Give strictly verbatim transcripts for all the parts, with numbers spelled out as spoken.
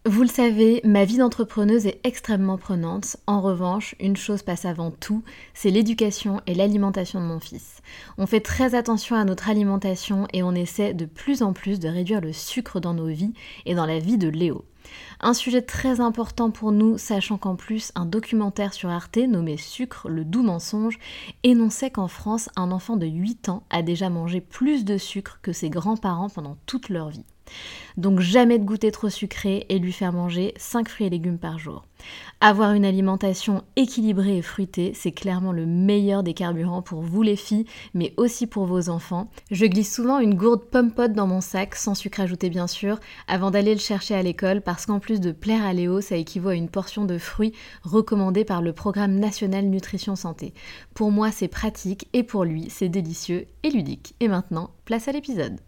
Vous le savez, ma vie d'entrepreneuse est extrêmement prenante. En revanche, une chose passe avant tout, c'est l'éducation et l'alimentation de mon fils. On fait très attention à notre alimentation et on essaie de plus en plus de réduire le sucre dans nos vies et dans la vie de Léo. Un sujet très important pour nous, sachant qu'en plus, un documentaire sur Arte nommé Sucre, le doux mensonge, énonçait qu'en France, un enfant de huit ans a déjà mangé plus de sucre que ses grands-parents pendant toute leur vie. Donc jamais de goûter trop sucré et lui faire manger cinq fruits et légumes par jour. Avoir une alimentation équilibrée et fruitée, c'est clairement le meilleur des carburants pour vous les filles, mais aussi pour vos enfants. Je glisse souvent une gourde pomme-pote dans mon sac, sans sucre ajouté bien sûr, avant d'aller le chercher à l'école, parce qu'en plus de plaire à Léo, ça équivaut à une portion de fruits recommandée par le Programme national nutrition santé. Pour moi, c'est pratique et pour lui, c'est délicieux et ludique. Et maintenant, place à l'épisode.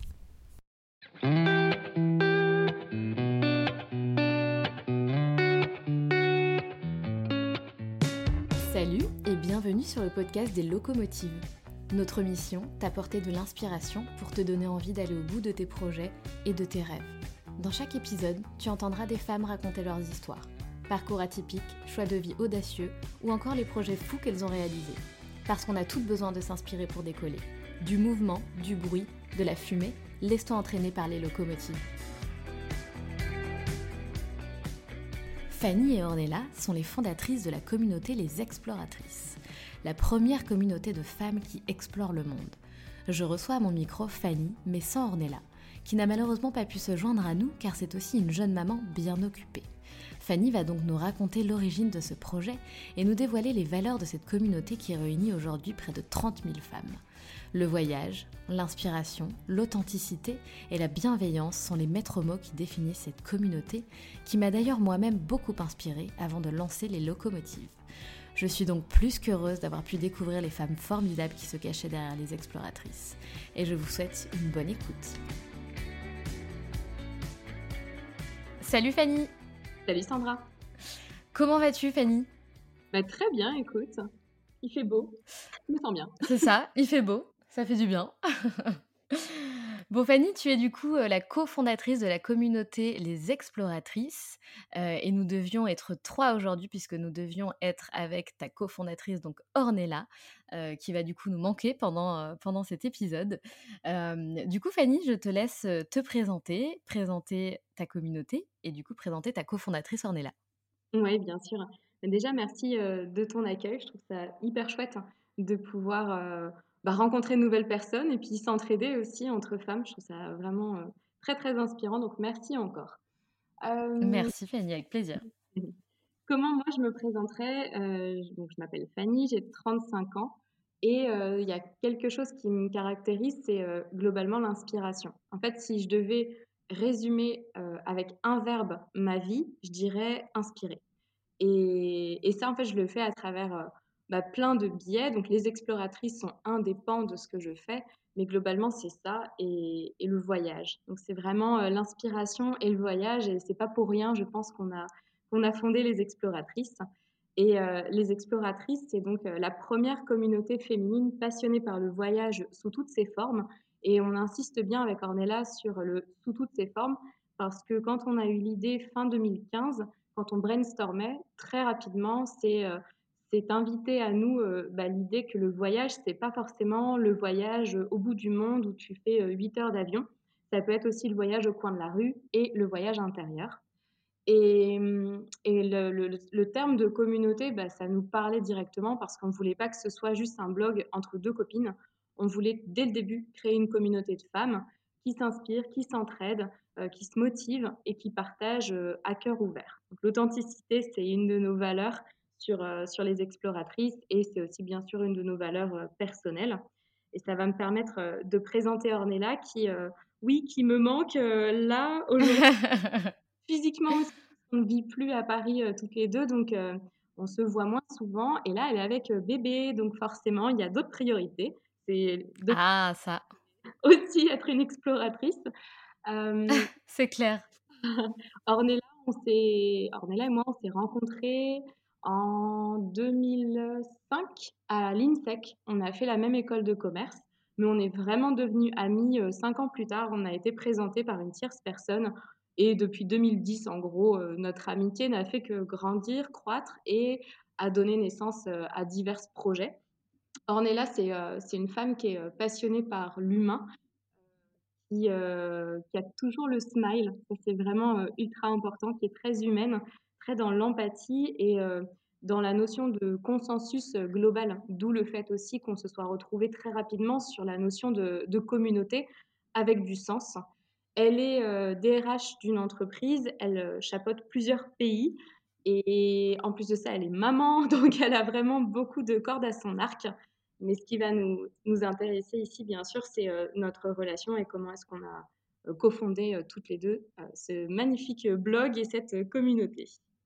Salut et bienvenue sur le podcast des locomotives. Notre mission, t'apporter de l'inspiration pour te donner envie d'aller au bout de tes projets et de tes rêves. Dans chaque épisode, tu entendras des femmes raconter leurs histoires, parcours atypiques, choix de vie audacieux ou encore les projets fous qu'elles ont réalisés. Parce qu'on a toutes besoin de s'inspirer pour décoller. Du mouvement, du bruit, de la fumée, laisse-toi entraîner par les locomotives. Fanny et Ornella sont les fondatrices de la communauté Les Exploratrices, la première communauté de femmes qui explorent le monde. Je reçois à mon micro Fanny, mais sans Ornella, qui n'a malheureusement pas pu se joindre à nous car c'est aussi une jeune maman bien occupée. Fanny va donc nous raconter l'origine de ce projet et nous dévoiler les valeurs de cette communauté qui réunit aujourd'hui près de trente mille femmes. Le voyage, l'inspiration, l'authenticité et la bienveillance sont les maîtres mots qui définissent cette communauté, qui m'a d'ailleurs moi-même beaucoup inspirée avant de lancer les locomotives. Je suis donc plus qu'heureuse d'avoir pu découvrir les femmes formidables qui se cachaient derrière les exploratrices. Et je vous souhaite une bonne écoute. Salut Fanny! Salut Sandra! Comment vas-tu Fanny? Bah, très bien, écoute. Il fait beau, je me sens bien. C'est ça, il fait beau, ça fait du bien. Bon Fanny, tu es du coup euh, la cofondatrice de la communauté Les Exploratrices euh, et nous devions être trois aujourd'hui puisque nous devions être avec ta cofondatrice donc Ornella euh, qui va du coup nous manquer pendant, euh, pendant cet épisode. Euh, du coup Fanny, je te laisse euh, te présenter, présenter ta communauté et du coup présenter ta cofondatrice Ornella. Oui, bien sûr. Mais déjà, merci euh, de ton accueil. Je trouve ça hyper chouette hein, de pouvoir euh, bah, rencontrer de nouvelles personnes et puis s'entraider aussi entre femmes. Je trouve ça vraiment euh, très, très inspirant. Donc, merci encore. Euh, Merci Fanny, avec plaisir. Comment moi je me présenterais? Euh, je- donc, je m'appelle Fanny, j'ai trente-cinq ans. Et euh, il y a quelque chose qui me caractérise, c'est euh, globalement l'inspiration. En fait, si je devais résumer euh, avec un verbe ma vie, je dirais inspirer. Et, et ça, en fait, je le fais à travers euh, bah, plein de biais. Donc, les exploratrices sont un des pans de ce que je fais, mais globalement, c'est ça et, et le voyage. Donc, c'est vraiment euh, l'inspiration et le voyage. Et c'est pas pour rien, je pense, qu'on a, qu'on a fondé les exploratrices. Et euh, les exploratrices, c'est donc euh, la première communauté féminine passionnée par le voyage sous toutes ses formes. Et on insiste bien avec Ornella sur le sous toutes ses formes, parce que quand on a eu l'idée fin deux mille quinze, quand on brainstormait, très rapidement, c'est euh, c'est invité à nous euh, bah, l'idée que le voyage, c'est pas forcément le voyage au bout du monde où tu fais euh, huit heures d'avion. Ça peut être aussi le voyage au coin de la rue et le voyage intérieur. Et, et le, le, le, terme de communauté, bah, ça nous parlait directement parce qu'on ne voulait pas que ce soit juste un blog entre deux copines. On voulait dès le début créer une communauté de femmes qui s'inspirent, qui s'entraident, euh, qui se motivent et qui partagent euh, à cœur ouvert. Donc, l'authenticité, c'est une de nos valeurs sur, euh, sur les exploratrices et c'est aussi bien sûr une de nos valeurs euh, personnelles. Et ça va me permettre euh, de présenter Ornella qui, euh, oui, qui me manque euh, là aujourd'hui. Physiquement aussi, on ne vit plus à Paris euh, toutes les deux, donc euh, on se voit moins souvent. Et là, elle est avec euh, bébé, donc forcément, il y a d'autres priorités. C'est de Ah ça, aussi être une exploratrice. Euh, c'est clair. Ornella, on s'est, Ornella et moi, on s'est rencontrés en deux mille cinq à l'INSEC. On a fait la même école de commerce, mais on est vraiment devenus amis euh, cinq ans plus tard. On a été présentés par une tierce personne et depuis deux mille dix, en gros, heu, notre amitié n'a fait que grandir, croître et a donné naissance, heu, à divers projets. Ornella, c'est, heu, c'est une femme qui est, heu, passionnée par l'humain, qui, heu, qui a toujours le smile. Ça, c'est vraiment, heu, ultra important, qui est très humaine, très dans l'empathie et heu, dans la notion de consensus, heu, global. D'où le fait aussi qu'on se soit retrouvés très rapidement sur la notion de de communauté avec du sens. Elle est, heu, D R H d'une entreprise, elle, heu, chapeaute plusieurs pays et en plus de ça, elle est maman, donc elle a vraiment beaucoup de cordes à son arc. Mais ce qui va nous nous intéresser ici, bien sûr, c'est, heu, notre relation et comment est-ce qu'on a, heu, cofondé, heu, toutes les deux, heu, ce magnifique, heu, blog et cette, heu, communauté.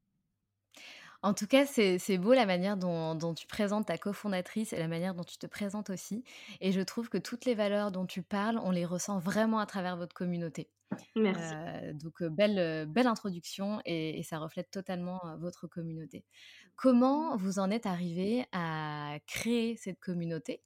En tout cas, c'est c'est beau la manière dont dont tu présentes ta cofondatrice et la manière dont tu te présentes aussi et je trouve que toutes les valeurs dont tu parles, on les ressent vraiment à travers votre communauté. Merci. Heu, donc heu, belle, heu, belle introduction et et ça reflète totalement, heu, votre communauté. Comment vous en êtes arrivés à créer cette communauté?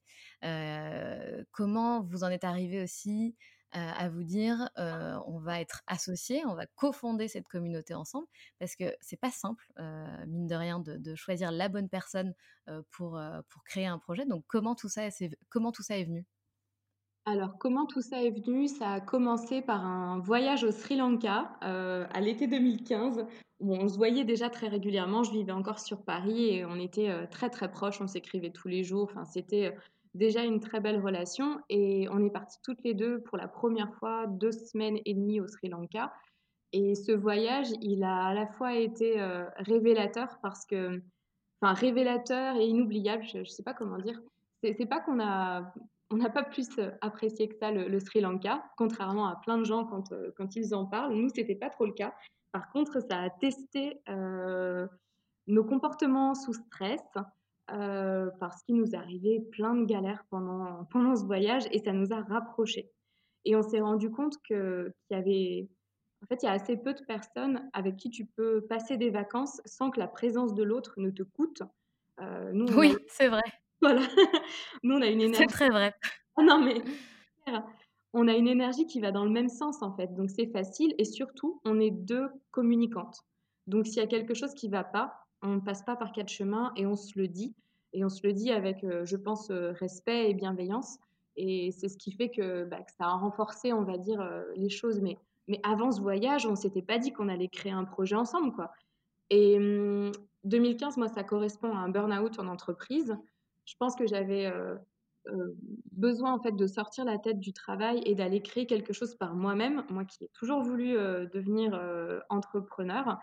Heu, comment vous en êtes arrivés aussi, heu, à vous dire, heu: «On va être associés, on va cofonder cette communauté ensemble»? Parce que c'est pas simple, heu, mine de rien, de de choisir la bonne personne, heu, pour, heu, pour créer un projet. Donc comment tout ça s'est comment tout ça est venu? Alors, comment tout ça est venu? Ça a commencé par un voyage au Sri Lanka, heu, à l'été deux mille quinze, où on se voyait déjà très régulièrement. Je vivais encore sur Paris et on était, heu, très, très proches. On s'écrivait tous les jours. Enfin, c'était, heu, déjà une très belle relation et on est parties toutes les deux pour la première fois deux semaines et demie au Sri Lanka et ce voyage, il a à la fois été, heu, révélateur parce que enfin révélateur et inoubliable, je ne sais pas comment dire. C'est c'est pas qu'on a on n'a pas plus, heu, apprécié que ça le le Sri Lanka, contrairement à plein de gens quand, heu, quand ils en parlent. Nous, c'était pas trop le cas. Par contre, ça a testé, heu, nos comportements sous stress, heu, parce qu'il nous arrivait plein de galères pendant pendant ce voyage et ça nous a rapprochés et on s'est rendu compte que qu'il y avait en fait, il y a assez peu de personnes avec qui tu peux passer des vacances sans que la présence de l'autre ne te coûte. Heu, nous, on a Oui, c'est vrai, voilà, nous, on a une c'est énergie très vrai. ah non, mais clair. On a une énergie qui va dans le même sens, en fait, donc c'est facile et surtout, on est deux communicantes. Donc s'il y a quelque chose qui va pas, on ne passe pas par quatre chemins et on se le dit et on se le dit avec, heu, je pense, heu, respect et bienveillance et c'est ce qui fait que, bah, que ça a renforcé, on va dire, heu, les choses. Mais mais avant ce voyage, on s'était pas dit qu'on allait créer un projet ensemble, quoi et mmh, deux mille quinze, moi, ça correspond à un burn-out en entreprise. Je pense que j'avais, heu heu, besoin, en fait, de sortir la tête du travail et d'aller créer quelque chose par moi-même. Moi qui ai toujours voulu, heu, devenir, heu, entrepreneur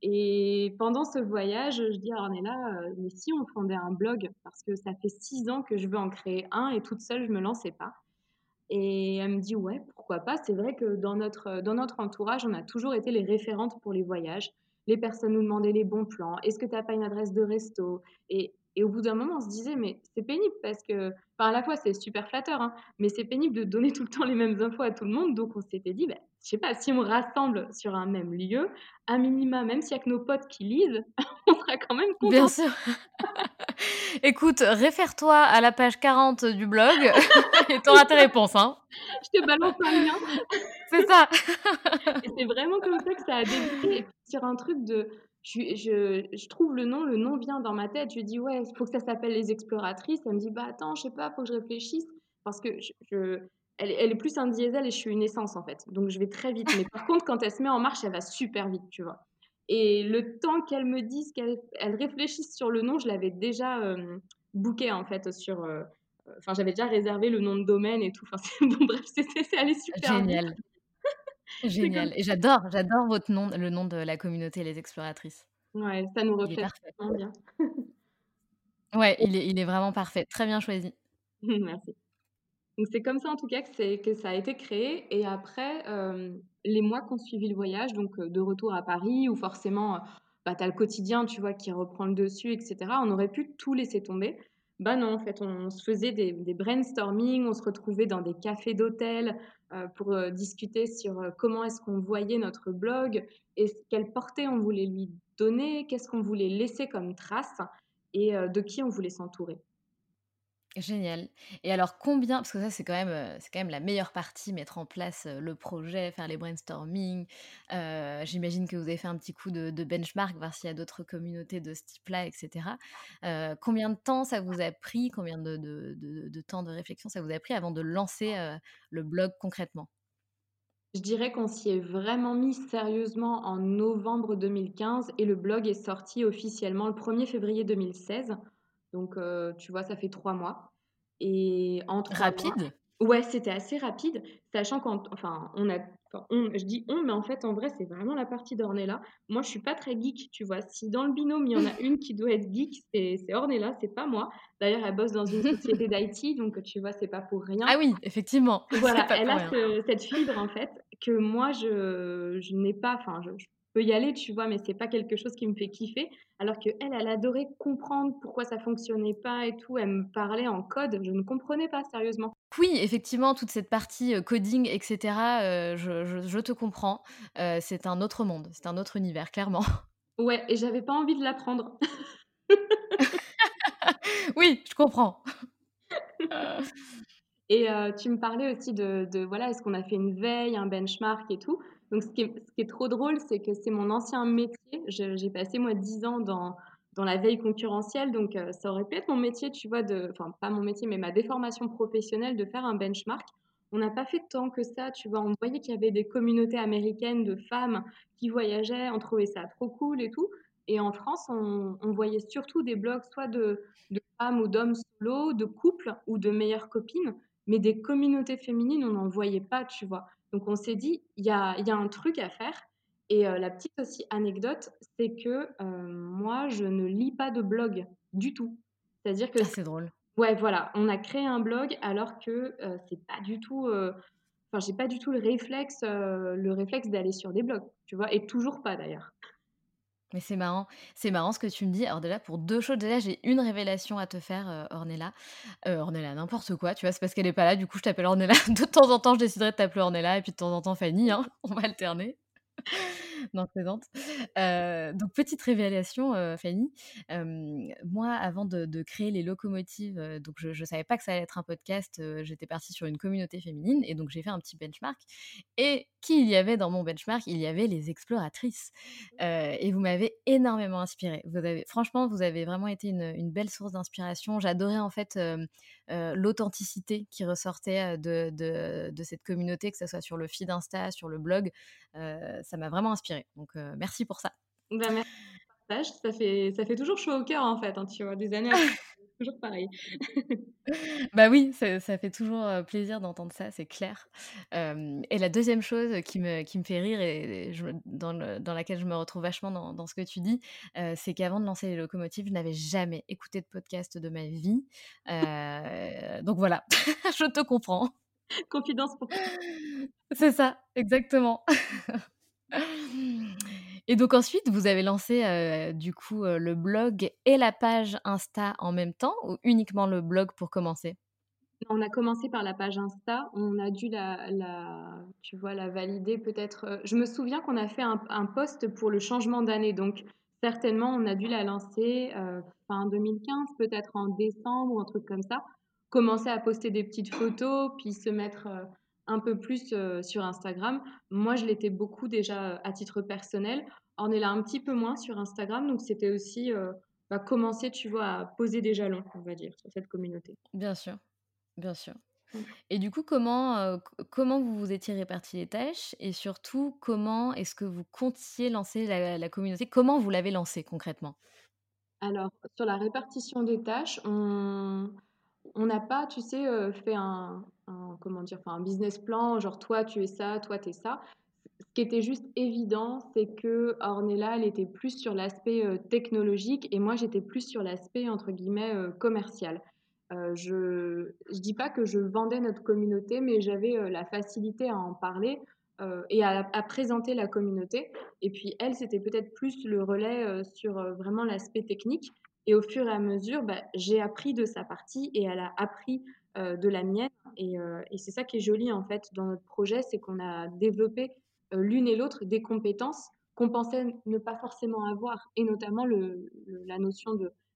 et pendant ce voyage, je dis à Ornella, heu: «Mais si on fondait un blog?» parce que ça fait six ans que je veux en créer un et toute seule, je me lançais pas. Et elle me dit: «Ouais, pourquoi pas?» C'est vrai que dans notre, dans notre entourage, on a toujours été les référentes pour les voyages. Les personnes nous demandaient les bons plans: «Est-ce que tu as pas une adresse de resto?» et et au bout d'un moment, on se disait: «Mais c'est pénible» parce que enfin, à la fois, c'est super flatteur, hein, mais c'est pénible de donner tout le temps les mêmes infos à tout le monde. Donc on s'était dit: «Bah, je sais pas, si on rassemble sur un même lieu, à minima, même s'il y a que nos potes qui lisent, on sera quand même Bien contents». sûr. Écoute, réfère-toi à la page quarante du blog et tu auras tes réponses, hein. Je te balance un lien. C'est ça. Et c'est vraiment comme ça que ça a débuté et puis sur un truc de je je je trouve le nom, le nom vient dans ma tête. Je lui dis: «Ouais, il faut que ça s'appelle Les Exploratrices». Elle me dit: «Bah, attends, je sais pas, faut que je réfléchisse». Parce que je je elle est elle est plus un diesel et je suis une essence, en fait. Donc je vais très vite. Mais par contre, quand elle se met en marche, elle va super vite, tu vois? Et le temps qu'elle me dise, qu'elle elle réfléchisse sur le nom, je l'avais déjà, hem, booké, en fait, sur, heu, enfin, j'avais déjà réservé le nom de domaine et tout. Enfin, c'est bon bref, c'était c'est allé super vite. Génial, C'est comme génial et j'adore, j'adore votre nom, le nom de la communauté Les Exploratrices. Ouais, ça nous Il est reflète parfait. vraiment bien. Ouais, il est il est vraiment parfait, très bien choisi. Merci. Donc c'est comme ça en tout cas que c'est que ça a été créé et après, hem, les mois qui ont suivi le voyage, donc heu, de retour à Paris où forcément, heu, bah, tu as le quotidien, tu vois, qui reprend le dessus et cetera. On aurait pu tout laisser tomber. Bah non, en fait, on se faisait des des brainstorming, on se retrouvait dans des cafés d'hôtel, heu, pour, heu, discuter sur, heu, comment est-ce qu'on voyait notre blog et ce quelle portée on voulait lui donner, qu'est-ce qu'on voulait laisser comme trace et heu, de qui on voulait s'entourer. Génial. Et alors combien parce que ça c'est quand même, heu, c'est quand même la meilleure partie, mettre en place, heu, le projet, faire les brainstorming. Heu, j'imagine que vous avez fait un petit coup de de benchmark, voir s'il y a d'autres communautés de ce type-là et cetera. Heu, combien de temps ça vous a pris? Combien de de de de temps de réflexion ça vous a pris avant de lancer, heu, le blog concrètement? Je dirais qu'on s'y est vraiment mis sérieusement en novembre deux mille quinze et le blog est sorti officiellement le premier février deux mille seize. Donc, heu, tu vois, ça fait trois mois et en trois mois Rapide? ouais, c'était assez rapide, sachant qu'en enfin, on a enfin, on, je dis «on», mais en fait, en vrai, c'est vraiment la partie d'Ornella. Moi, je suis pas très geek, tu vois? Si dans le binôme, il y en a une qui doit être geek, c'est c'est Ornella, c'est pas moi. D'ailleurs, elle bosse dans une société d'I T, donc tu vois, c'est pas pour rien. Ah oui, effectivement, c'est Voilà, pas elle pour a rien. ce cette fibre, en fait, que moi je je n'ai pas, enfin je je peux y aller, tu vois? Mais c'est pas quelque chose qui me fait kiffer. Alors qu'elle, elle adorait comprendre pourquoi ça fonctionnait pas et tout. Elle me parlait en code, je ne comprenais pas, sérieusement. Oui, effectivement, toute cette partie, heu, coding et cetera, heu, je je je te comprends. Heu, c'est un autre monde, c'est un autre univers, clairement. Ouais et j'avais pas envie de l'apprendre. Oui, je comprends. Et heu, tu me parlais aussi de de voilà, est-ce qu'on a fait une veille, un benchmark et tout? Donc ce qui est ce qui est trop drôle, c'est que c'est mon ancien métier. Je j'ai passé moi dix ans dans dans la veille concurrentielle, donc heu, ça aurait pu être mon métier, tu vois, de enfin pas mon métier, mais ma déformation professionnelle de faire un benchmark. On n'a pas fait tant que ça, tu vois? On voyait qu'il y avait des communautés américaines de femmes qui voyageaient, on trouvait ça trop cool et tout. Et en France, on on voyait surtout des blogs soit de de femmes ou d'hommes solo, de couples ou de meilleures copines, mais des communautés féminines, on n'en voyait pas, tu vois? Donc on s'est dit: «Il y a il y a un truc à faire» et heu, la petite aussi anecdote, c'est que, heu, moi, je ne lis pas de blog du tout. C'est-à-dire que Ah, c c'est drôle. ouais, voilà, on a créé un blog alors que, heu, c'est pas du tout, heu, enfin, j'ai pas du tout le réflexe, heu, le réflexe d'aller sur des blogs, tu vois? Et toujours pas d'ailleurs. Mais c'est marrant, c'est marrant ce que tu me dis. Alors déjà pour deux choses, déjà j'ai une révélation à te faire, heu, Ornella. Heu, Ornella, n'importe quoi, tu vois? C'est parce qu'elle est pas là, du coup je t'appelle Ornella. De temps en temps, je déciderai de t'appeler Ornella et puis de temps en temps Fanny, hein, on va alterner. Non, je plaisante. Heu, donc petite révélation, heu, Fanny, hem, moi avant de de créer les locomotives, heu, donc je je savais pas que ça allait être un podcast, heu, j'étais partie sur une communauté féminine et donc j'ai fait un petit benchmark et qui il y avait dans mon benchmark? Il y avait les exploratrices, heu et vous m'avez énormément inspirée. Vous avez franchement, vous avez vraiment été une une belle source d'inspiration. J'adorais en fait, hem, heu, l'authenticité qui ressortait, heu, de de de cette communauté, que ça soit sur le feed Insta, sur le blog. Heu, ça m'a vraiment inspirée, donc heu, merci pour ça. Bah, merci pour le partage, ça fait ça fait toujours chaud au cœur, en fait, hein, tu vois? Des années après, c'est toujours pareil. Bah oui, ça ça fait toujours, heu, plaisir d'entendre ça, c'est clair. Hem et la deuxième chose qui me qui me fait rire et et je me dans le dans laquelle je me retrouve vachement dans dans ce que tu dis, heu, c'est qu'avant de lancer les locomotives, je n'avais jamais écouté de podcast de ma vie. Heu, donc voilà, je te comprends. Confidence pour C'est ça, exactement. Et donc ensuite, vous avez lancé, heu, du coup, heu, le blog et la page Insta en même temps ou uniquement le blog pour commencer? on a commencé par la page Insta, on a dû la la tu vois, la valider peut-être, heu, je me souviens qu'on a fait un un post pour le changement d'année, donc certainement on a dû la lancer, heu, fin deux mille quinze, peut-être en décembre ou un truc comme ça. Commencer à poster des petites photos, puis se mettre, heu, un peu plus, heu, sur Instagram. Moi, je l'étais beaucoup déjà, heu, à titre personnel. On est là un petit peu moins sur Instagram, donc c'était aussi, heu, bah, commencer, tu vois, à poser des jalons, on va dire, sur cette communauté. Bien sûr, bien sûr. Mmh. Et du coup, comment, heu, c comment vous vous étiez répartis les tâches? Et surtout, comment est-ce que vous comptiez lancer la la communauté? Comment vous l'avez lancée concrètement? Alors, sur la répartition des tâches, on on n'a pas, tu sais, heu, fait un un comment dire? Enfin, un business plan, genre toi tu es ça, toi tu es ça. Ce qui était juste évident, c'est qu'Ornella, elle était plus sur l'aspect, heu, technologique et moi j'étais plus sur l'aspect entre guillemets, heu, «commercial». Heu, je je dis pas que je vendais notre communauté, mais j'avais, heu, la facilité à en parler, heu et à à présenter la communauté et puis elle, c'était peut-être plus le relais, heu, sur, heu, vraiment l'aspect technique et au fur et à mesure, bah, j'ai appris de sa partie et elle a appris, heu, de la mienne et heu et c'est ça qui est joli, en fait, dans notre projet, c'est qu'on a développé, heu, l'une et l'autre des compétences qu'on pensait ne pas forcément avoir et notamment le le la notion de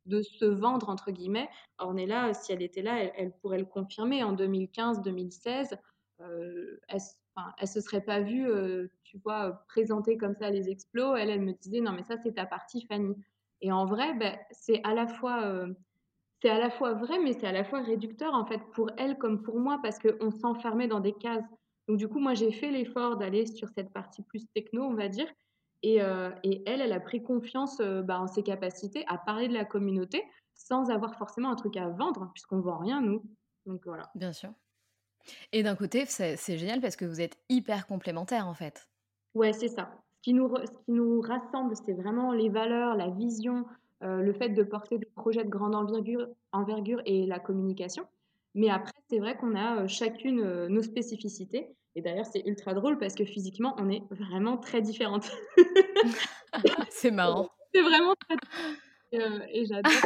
de se «vendre» entre guillemets. Alors on est là, si elle était là, elle elle pourrait le confirmer. En deux mille quinze-deux mille seize, heu, elle s enfin, elle se serait pas vue, heu, tu vois, heu, présenter comme ça les explos. Elle, elle me disait: «Non mais ça, c'est ta partie Fanny» et en vrai, beh, c'est à la fois, heu, c'est à la fois vrai, mais c'est à la fois réducteur, en fait, pour elle comme pour moi, parce qu'on s'enfermait dans des cases. Donc du coup, moi, j'ai fait l'effort d'aller sur cette partie plus techno, on va dire et heu et elle, elle a pris confiance, heu, bah, en ses capacités à parler de la communauté, sans avoir forcément un truc à vendre, puisqu'on vend rien nous. Donc voilà. Bien sûr. Et d'un côté, c'est c'est génial parce que vous êtes hyper complémentaires, en fait. Ouais, c'est ça. Ce qui nous re ce qui nous rassemble, c'est vraiment les valeurs, la vision, heu, le fait de porter des projets de grande envergure envergure et la communication. Mais après, c'est vrai qu'on a, heu, chacune, heu, nos spécificités et d'ailleurs, c'est ultra drôle parce que physiquement, on est vraiment très différentes. C'est marrant. C'est vraiment très et heu et j'adore.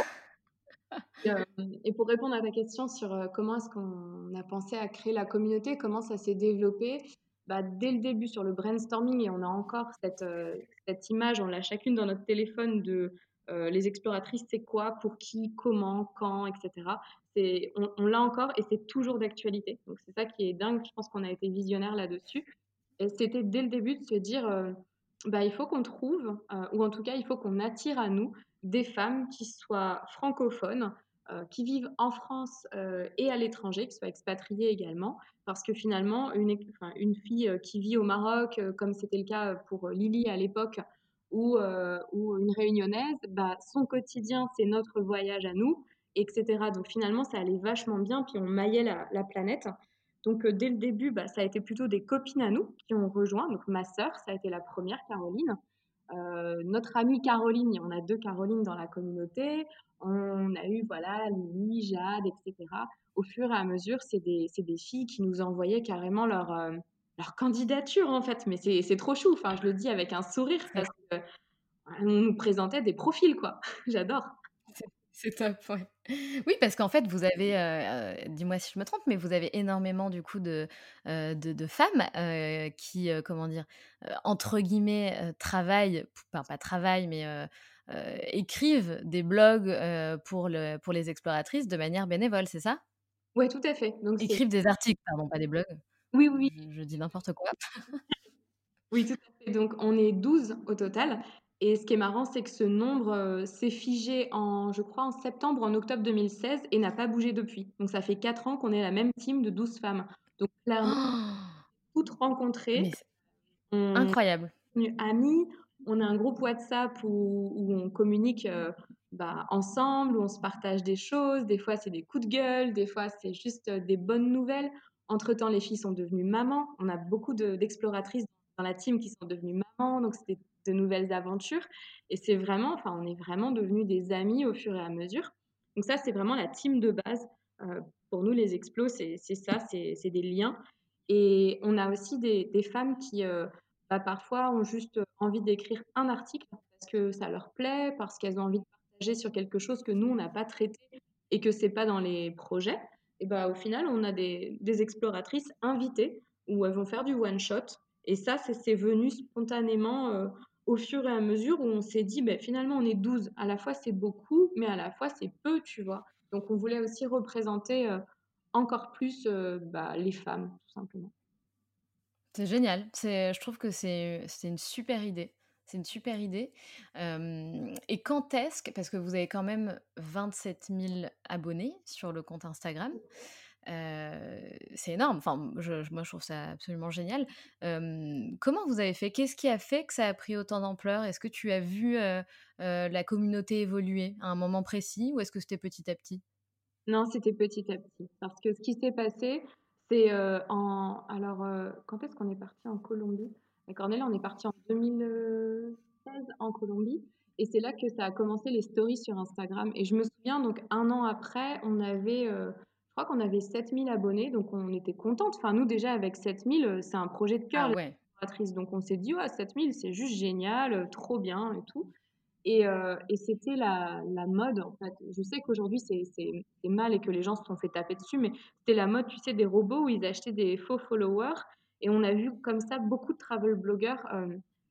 Et hem et pour répondre à ta question sur, heu, comment est-ce qu'on a pensé à créer la communauté, comment ça s'est développé? Bah, dès le début sur le brainstorming et on a encore cette, heu, cette image, on l'a chacune dans notre téléphone de, heu, les exploratrices, c'est quoi? Pour qui? Comment? Quand? Et cetera. C'est on on l'a encore et c'est toujours d'actualité. Donc c'est ça qui est dingue, je pense qu'on a été visionnaires là-dessus et c'était dès le début de se dire, heu, bah, il faut qu'on trouve, heu, ou en tout cas, il faut qu'on attire à nous des femmes qui soient francophones, heu, qui vivent en France, heu, et à l'étranger, qui soient expatriées également. Parce que finalement, une éc enfin, une fille, heu, qui vit au Maroc, heu, comme c'était le cas, pour, Lily à l'époque ou, heu, ou une réunionnaise, bah, son quotidien, c'est notre voyage à nous et cetera. Donc finalement, ça allait vachement bien, puis on maillait la la planète. Donc, heu, dès le début, bah, ça a été plutôt des copines à nous qui ont rejoint. Donc ma sœur, ça a été la première, Caroline. Heu, notre amie Caroline, on a deux Caroline dans la communauté. On a eu, voilà, Lily, Jade et cetera. Au fur et à mesure, c'est des c'est des filles qui nous envoyaient carrément leur, heu, leur candidature, en fait. Mais c'est c'est trop chou, enfin, je le dis avec un sourire parce que, on nous présentait des profils, quoi. J'adore. C'est c'est top, ouais. Oui, parce qu'en fait, vous avez, heu heu, dis-moi si je me trompe, mais vous avez énormément du coup de, heu, de de femmes, heu, qui, heu, comment dire? Heu, entre guillemets, heu, «travaillent», p enfin pas travaillent, mais, heu heu, écrivent des blogs, heu, pour le pour les exploratrices de manière bénévole, c'est ça? Ouais, tout à fait. Donc c'est Écrivent des articles, pardon, pas des blogs. oui, oui, oui. Je je dis n'importe quoi. Oui, tout à fait. Donc on est douze au total et ce qui est marrant, c'est que ce nombre, heu, s'est figé en je crois en septembre ou en octobre deux mille seize et n'a pas bougé depuis. Donc ça fait quatre ans qu'on est la même team de douze femmes. Donc clairement, toutes rencontrées, Mais c'est on incroyable. devenus amies. On a un groupe WhatsApp où où on communique, heu, bah, ensemble, où on se partage des choses. Des fois, c'est des coups de gueule, des fois, c'est juste, heu, des bonnes nouvelles. Entre-temps, les filles sont devenues mamans. On a beaucoup de d'exploratrices dans la team qui sont devenues mamans, donc c'était de nouvelles aventures et c'est vraiment enfin, on est vraiment devenues des amies au fur et à mesure. Donc ça, c'est vraiment la team de base. Heu, pour nous, les explos, c'est c'est ça, c'est c'est des liens et on a aussi des des femmes qui, heu, bah, parfois ont juste, envie d'écrire un article parce que ça leur plaît, parce qu'elles ont envie de partager sur quelque chose que nous on n'a pas traité et que c'est pas dans les projets et bah, au final, on a des des exploratrices invitées où elles vont faire du one shot et ça, c'est c'est venu spontanément, heu, au fur et à mesure où on s'est dit: «Beh, finalement, on est douze. À la fois, c'est beaucoup, mais à la fois, c'est peu», tu vois? Donc on voulait aussi représenter, heu, encore plus, heu, bah, les femmes, tout simplement. C'est génial. C'est je trouve que c'est c'est une super idée. C'est une super idée. Hem et quand est-ce que parce que vous avez quand même vingt-sept mille abonnés sur le compte Instagram, heu, c'est énorme. Enfin, je je moi, je trouve ça absolument génial. Hem, comment vous avez fait? Qu'est-ce qui a fait que ça a pris autant d'ampleur? Est-ce que tu as vu, heu heu, la communauté évoluer à un moment précis ou est-ce que c'était petit à petit? Non, c'était petit à petit. Parce que ce qui s'est passé, c'est, heu, en alors, heu, quand est-ce qu'on est parti en Colombie? Avec Ornella, on est parti en deux mille seize en Colombie et c'est là que ça a commencé les stories sur Instagram et je me souviens donc un an après, on avait, heu, je crois qu'on avait sept mille abonnés donc on était contentes. Enfin nous déjà avec sept mille, heu, c'est un projet de cœur Ah les ouais. exploratrices donc on s'est dit: «Ouais sept mille c'est juste génial, heu, trop bien et tout». Et heu et c'était la la mode, en fait. Je sais qu'aujourd'hui, c'est c'est c'est mal et que les gens se sont fait taper dessus, mais c'était la mode, tu sais, des robots où ils achetaient des faux followers et on a vu comme ça beaucoup de travel blogueurs, hem,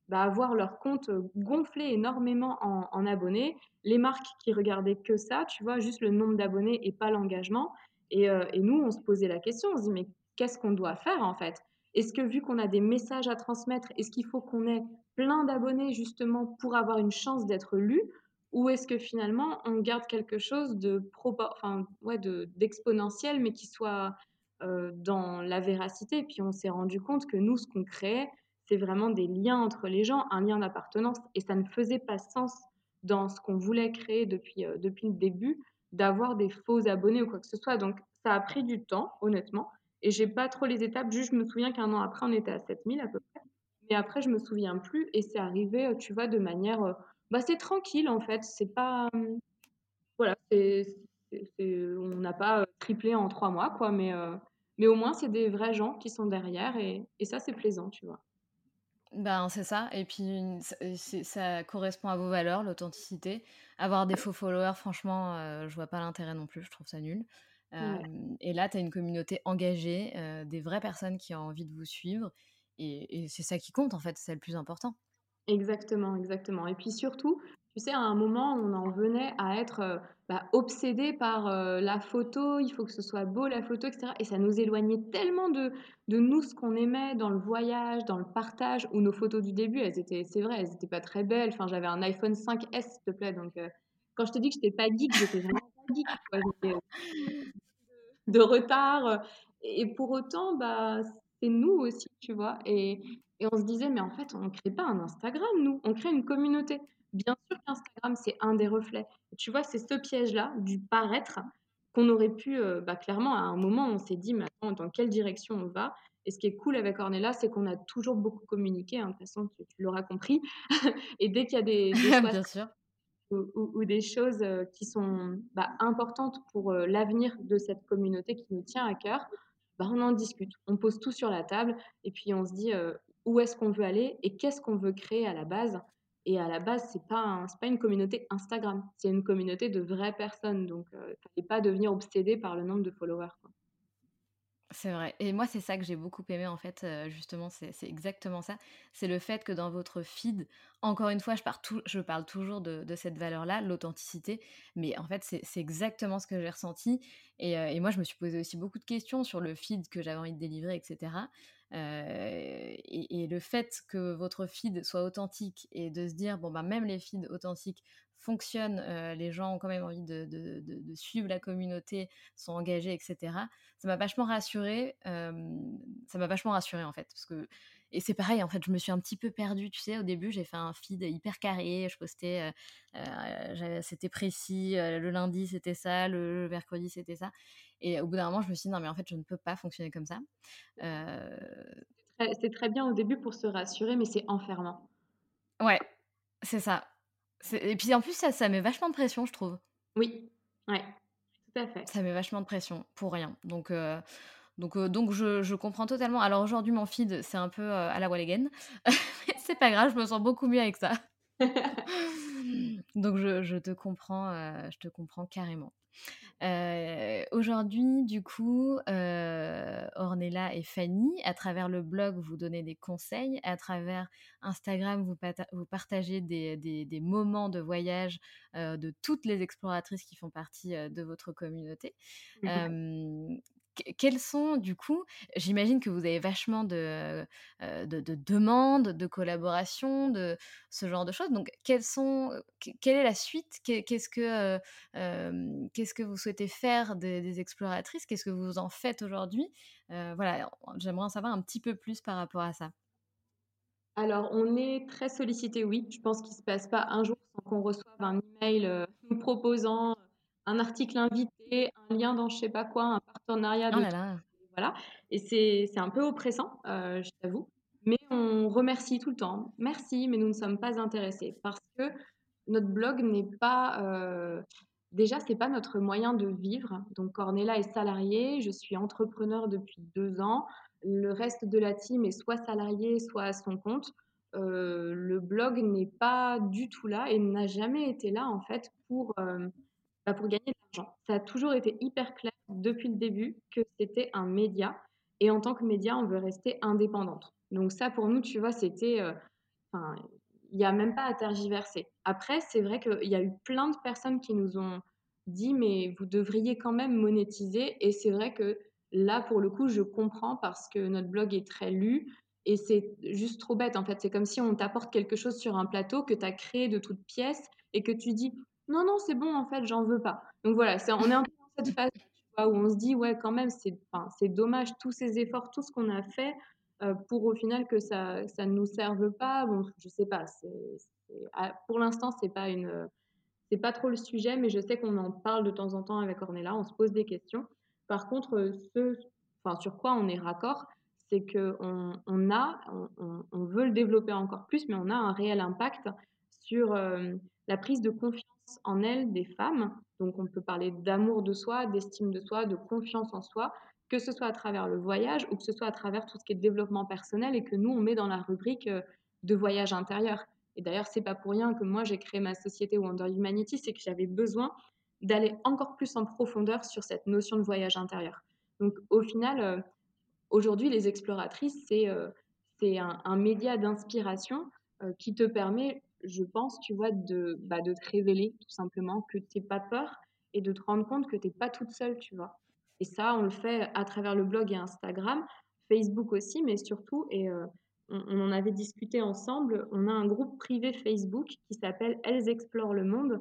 bah, à voir leur compte, heu, gonfler énormément en en abonnés, les marques qui regardaient que ça, tu vois? Juste le nombre d'abonnés et pas l'engagement et heu et nous, on se posait la question, on se dit: «Mais qu'est-ce qu'on doit faire, en fait? Est-ce que vu qu'on a des messages à transmettre, est-ce qu'il faut qu'on ait plein d'abonnés justement pour avoir une chance d'être lu? Ou est-ce que finalement on garde quelque chose de propo enfin, ouais, de d'exponentiel, mais qui soit, heu, dans la véracité?» Puis on s'est rendu compte que nous, ce qu'on créait, c'est vraiment des liens entre les gens, un lien d'appartenance et ça ne faisait pas sens dans ce qu'on voulait créer depuis, heu, depuis le début, d'avoir des faux abonnés ou quoi que ce soit. Donc ça a pris du temps, honnêtement et j'ai pas trop les étapes, juste je me souviens qu'un an après, on était à sept mille à peu près. Mais après, je me souviens plus et c'est arrivé, heu, tu vois, de manière, heu, bah, c'est tranquille en fait, c'est pas, mmh, voilà, c'est c'est c'est on n'a pas, heu, triplé en trois mois quoi, mais heu, mais au moins c'est des vrais gens qui sont derrière et et ça, c'est plaisant, tu vois? Ben, c'est ça et puis une c et c'est ça correspond à vos valeurs, l'authenticité. Avoir des faux followers, franchement, heu, je vois pas l'intérêt non plus, je trouve ça nul. Ouais. Hem et là, tu as une communauté engagée, heu, des vraies personnes qui ont envie de vous suivre et et c'est ça qui compte, en fait, c'est le plus important. Exactement, exactement et puis surtout, tu sais, à un moment, on en venait à être, heu, bah, obsédés par, heu, la photo, il faut que ce soit beau la photo et cetera et ça nous éloignait tellement de de nous, ce qu'on aimait dans le voyage, dans le partage ou nos photos du début, elles étaient c'est vrai, elles étaient pas très belles. Enfin, j'avais un iPhone cinq S, s'il te plaît, donc heu, quand je te dis que j'étais pas geek, j'étais vraiment pas geek, quoi. J'étais, heu de retard, heu et pour autant, bah, c'est nous aussi, tu vois? Et et on se disait: «Mais en fait, on crée pas un Instagram, nous, on crée une communauté». Bien sûr qu'Instagram, c'est un des reflets. Tu vois, c'est ce piège-là du paraître qu'on aurait pu, heu, bah, clairement, à un moment, on s'est dit: «Mais attends, dans quelle direction on va?» et ce qui est cool avec Ornella, c'est qu'on a toujours beaucoup communiqué, hein, de toute façon, tu tu l'auras compris et dès qu'il y a des des choix Bien sûr. ou ou ou des choses, heu, qui sont, bah, importantes pour, heu, l'avenir de cette communauté qui nous tient à cœur, bah, on en discute. On pose tout sur la table et puis on se dit, heu, où est-ce qu'on veut aller et qu'est-ce qu'on veut créer à la base? Et à la base, c'est pas un c'est pas une communauté Instagram, c'est une communauté de vraies personnes donc heu, fallait pas devenir obsédé par le nombre de followers, quoi. C'est vrai et moi, c'est ça que j'ai beaucoup aimé, en fait, heu, justement, c'est c'est exactement ça. C'est le fait que dans votre feed, encore une fois, je pars tou je parle toujours de de cette valeur-là, l'authenticité, mais en fait, c'est c'est exactement ce que j'ai ressenti et heu et moi, je me suis posé aussi beaucoup de questions sur le feed que j'avais envie de délivrer et cetera, heu et et le fait que votre feed soit authentique et de se dire: «Bon, bah, même les feeds authentiques fonctionnent, heu, les gens ont quand même envie de de de de suivre la communauté, sont engagés et cetera», ça m'a vachement rassurée, hem, ça m'a vachement rassurée, en fait, parce que et c'est pareil, en fait, je me suis un petit peu perdue, tu sais? Au début, j'ai fait un feed hyper carré, je postais, heu heu, j'avais c'était précis, heu, le lundi, c'était ça, le le mercredi, c'était ça et au bout d'un moment, je me suis dit: «Non, mais en fait, je ne peux pas fonctionner comme ça». Heu, Très c'est très bien au début pour se rassurer, mais c'est enfermant. ouais, c'est ça. C'est et puis, en plus, ça ça met vachement de pression, je trouve. Oui, ouais, tout à fait. Ça met vachement de pression pour rien, donc heu Donc, heu, donc je je comprends totalement. Alors aujourd'hui, mon feed, c'est un peu, heu, à la Wall Again, mais c'est pas grave, je me sens beaucoup mieux avec ça. Donc je je te comprends, heu, je te comprends carrément. Heu, aujourd'hui, du coup, heu, Ornella et Fanny, à travers le blog, vous donnez des conseils, à travers Instagram, vous pata vous partagez des des des moments de voyage, heu, de toutes les exploratrices qui font partie, heu, de votre communauté. Hem, que Quels sont du coup j'imagine que vous avez vachement de, heu, de de demandes, de collaborations, de ce genre de choses. Donc quelles sont, heu, que quelle est la suite? Qu'est qu'est-ce que, heu, hem, qu'est-ce que vous souhaitez faire des des exploratrices? Qu'est-ce que vous en faites aujourd'hui? Heu, voilà, j'aimerais en savoir un petit peu plus par rapport à ça. Alors, on est très sollicité, oui. Je pense qu'il se passe pas un jour sans qu'on reçoive un email, heu, nous proposant, un article invité, un lien dans je sais pas quoi, un partenariat Oh de là trucs, là! voilà et c'est c'est un peu oppressant, heu, je t'avoue, mais on remercie tout le temps. «Merci, mais nous ne sommes pas intéressés» parce que notre blog n'est pas, heu, déjà, c'est pas notre moyen de vivre. Donc Cornella est salariée, je suis entrepreneur depuis deux ans. Le reste de la team est soit salarié, soit à son compte. Heu, le blog n'est pas du tout là et n'a jamais été là, en fait, pour, hem, bah, pour gagner de l'argent. Ça a toujours été hyper clair depuis le début que c'était un média et en tant que média, on veut rester indépendante. Donc ça, pour nous, tu vois, c'était, heu enfin, il y a même pas à tergiverser. Après, c'est vrai qu'il y a eu plein de personnes qui nous ont dit: «Mais vous devriez quand même monétiser» et c'est vrai que là, pour le coup, je comprends parce que notre blog est très lu et c'est juste trop bête, en fait. C'est comme si on t'apporte quelque chose sur un plateau que tu as créé de toutes pièces et que tu dis: «Non, non, c'est bon, en fait, j'en veux pas». Donc voilà, c'est on est un peu dans cette phase, tu vois, où on se dit: «Ouais, quand même, c'est enfin, c'est dommage tous ces efforts, tout ce qu'on a fait, heu, pour au final que ça ça ne nous serve pas». Bon, je sais pas, c'est c'est ah, pour l'instant, c'est pas une, c'est pas trop le sujet, mais je sais qu'on en parle de temps en temps avec Ornella, on se pose des questions. Par contre, heu, ce enfin, sur quoi on est raccord, c'est qu'on on a on on on veut le développer encore plus, mais on a un réel impact sur, hem, la prise de confiance en elles des femmes. Donc on peut parler d'amour de soi, d'estime de soi, de confiance en soi, que ce soit à travers le voyage ou que ce soit à travers tout ce qui est développement personnel et que nous, on met dans la rubrique, heu, de voyage intérieur. Et d'ailleurs, c'est pas pour rien que moi j'ai créé ma société Wonder Humanity, c'est que j'avais besoin d'aller encore plus en profondeur sur cette notion de voyage intérieur. Donc au final, heu, aujourd'hui les exploratrices, c'est, heu, c'est un un média d'inspiration, heu, qui te permet, je pense, tu vois, de, bah, de te révéler tout simplement, que tu aies pas peur et de te rendre compte que tu es pas toute seule, tu vois? Et ça, on le fait à travers le blog et Instagram, Facebook aussi, mais surtout et heu, on on en avait discuté ensemble, on a un groupe privé Facebook qui s'appelle «Elles explorent le monde»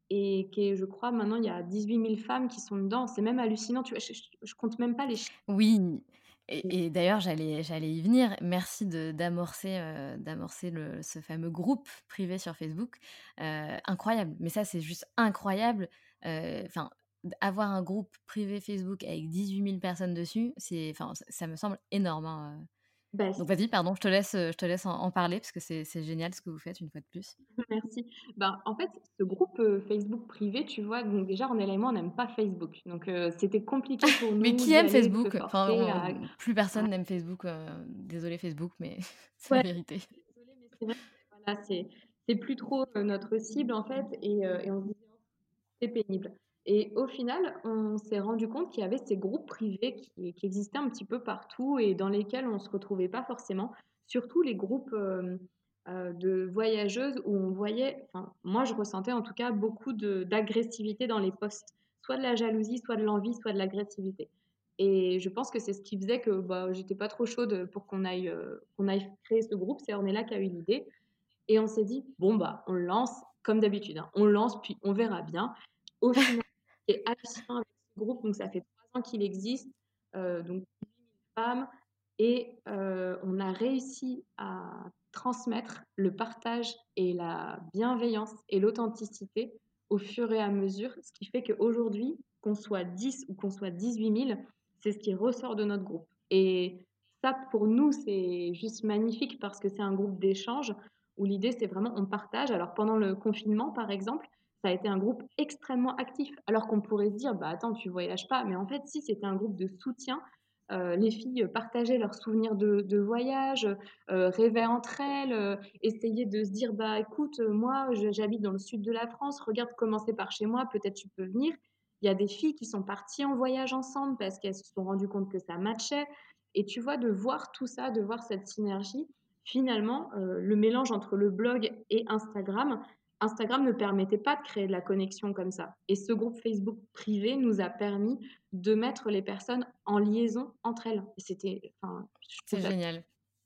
et qui est, je crois, maintenant il y a dix-huit mille femmes qui sont dedans. C'est même hallucinant, tu vois? Je je je compte même pas les chiffres. Oui et et d'ailleurs j'allais j'allais y venir. Merci de d'amorcer, heu, d'amorcer le ce fameux groupe privé sur Facebook. Heu, incroyable, mais ça, c'est juste incroyable. Heu, enfin, d avoir un groupe privé Facebook avec dix-huit mille personnes dessus, c'est enfin, ça ça me semble énorme, hein, heu. Bah, Donc vas-y, pardon, je te laisse, heu, je te laisse en en parler parce que c'est c'est génial ce que vous faites une fois de plus. merci. Ben, en fait, ce groupe, heu, Facebook privé, tu vois, donc déjà, Ornella et moi, on n'aime pas Facebook. Donc, heu, c'était compliqué pour Mais nous qui d'y aime aller, de se Facebook? Enfin, forcer à on plus à personne n'aime Facebook, heu, désolée Facebook, mais c'est la ouais, vérité. désolée, mais c'est vrai que voilà, c'est c'est plus trop, heu, notre cible, en fait et heu et on se disait: «Oh, c'est pénible» et au final, on s'est rendu compte qu'il y avait ces groupes privés qui qui existaient un petit peu partout et dans lesquels on se retrouvait pas forcément. Surtout les groupes, hem, heu, de voyageuses où on voyait enfin, moi, je ressentais en tout cas beaucoup de d'agressivité dans les posts. Soit de la jalousie, soit de l'envie, soit de l'agressivité et je pense que c'est ce qui faisait que, bah, j'étais pas trop chaude, pour qu'on aille, heu, qu'on aille créer ce groupe. C'est Ornella qui a eu l'idée et on s'est dit: «Bon, bah, on le lance comme d'habitude, hein, on lance puis on verra bien». Au final, ce qui est hallucinant avec ce groupe, donc ça fait trois ans qu'il existe, heu, donc dix-huit mille femmes et heu, on a réussi à transmettre le partage et la bienveillance et l'authenticité au fur et à mesure, ce qui fait qu'aujourd'hui, qu'on soit dix ou qu'on soit dix-huit mille, c'est ce qui ressort de notre groupe et ça, pour nous, c'est juste magnifique parce que c'est un groupe d'échange où l'idée, c'est vraiment on partage. Alors pendant le confinement, par exemple, ça a été un groupe extrêmement actif. Alors qu'on pourrait se dire: «Bah, attends, tu voyages pas», mais en fait, si, c'était un groupe de soutien. Heu, les filles partageaient leurs souvenirs de de voyage, heu, rêvaient entre elles, heu, essayaient de se dire: «Bah, écoute, heu, moi, je j'habite dans le sud de la France, regarde comment c'est par chez moi, peut-être tu peux venir». Il y a des filles qui sont parties en voyage ensemble parce qu'elles se sont rendues compte que ça matchait et tu vois, de voir tout ça, de voir cette synergie, finalement, heu, le mélange entre le blog et Instagram, Instagram ne permettait pas de créer de la connexion comme ça et ce groupe Facebook privé nous a permis de mettre les personnes en liaison entre elles et c'était enfin, je trouve C'est ça génial,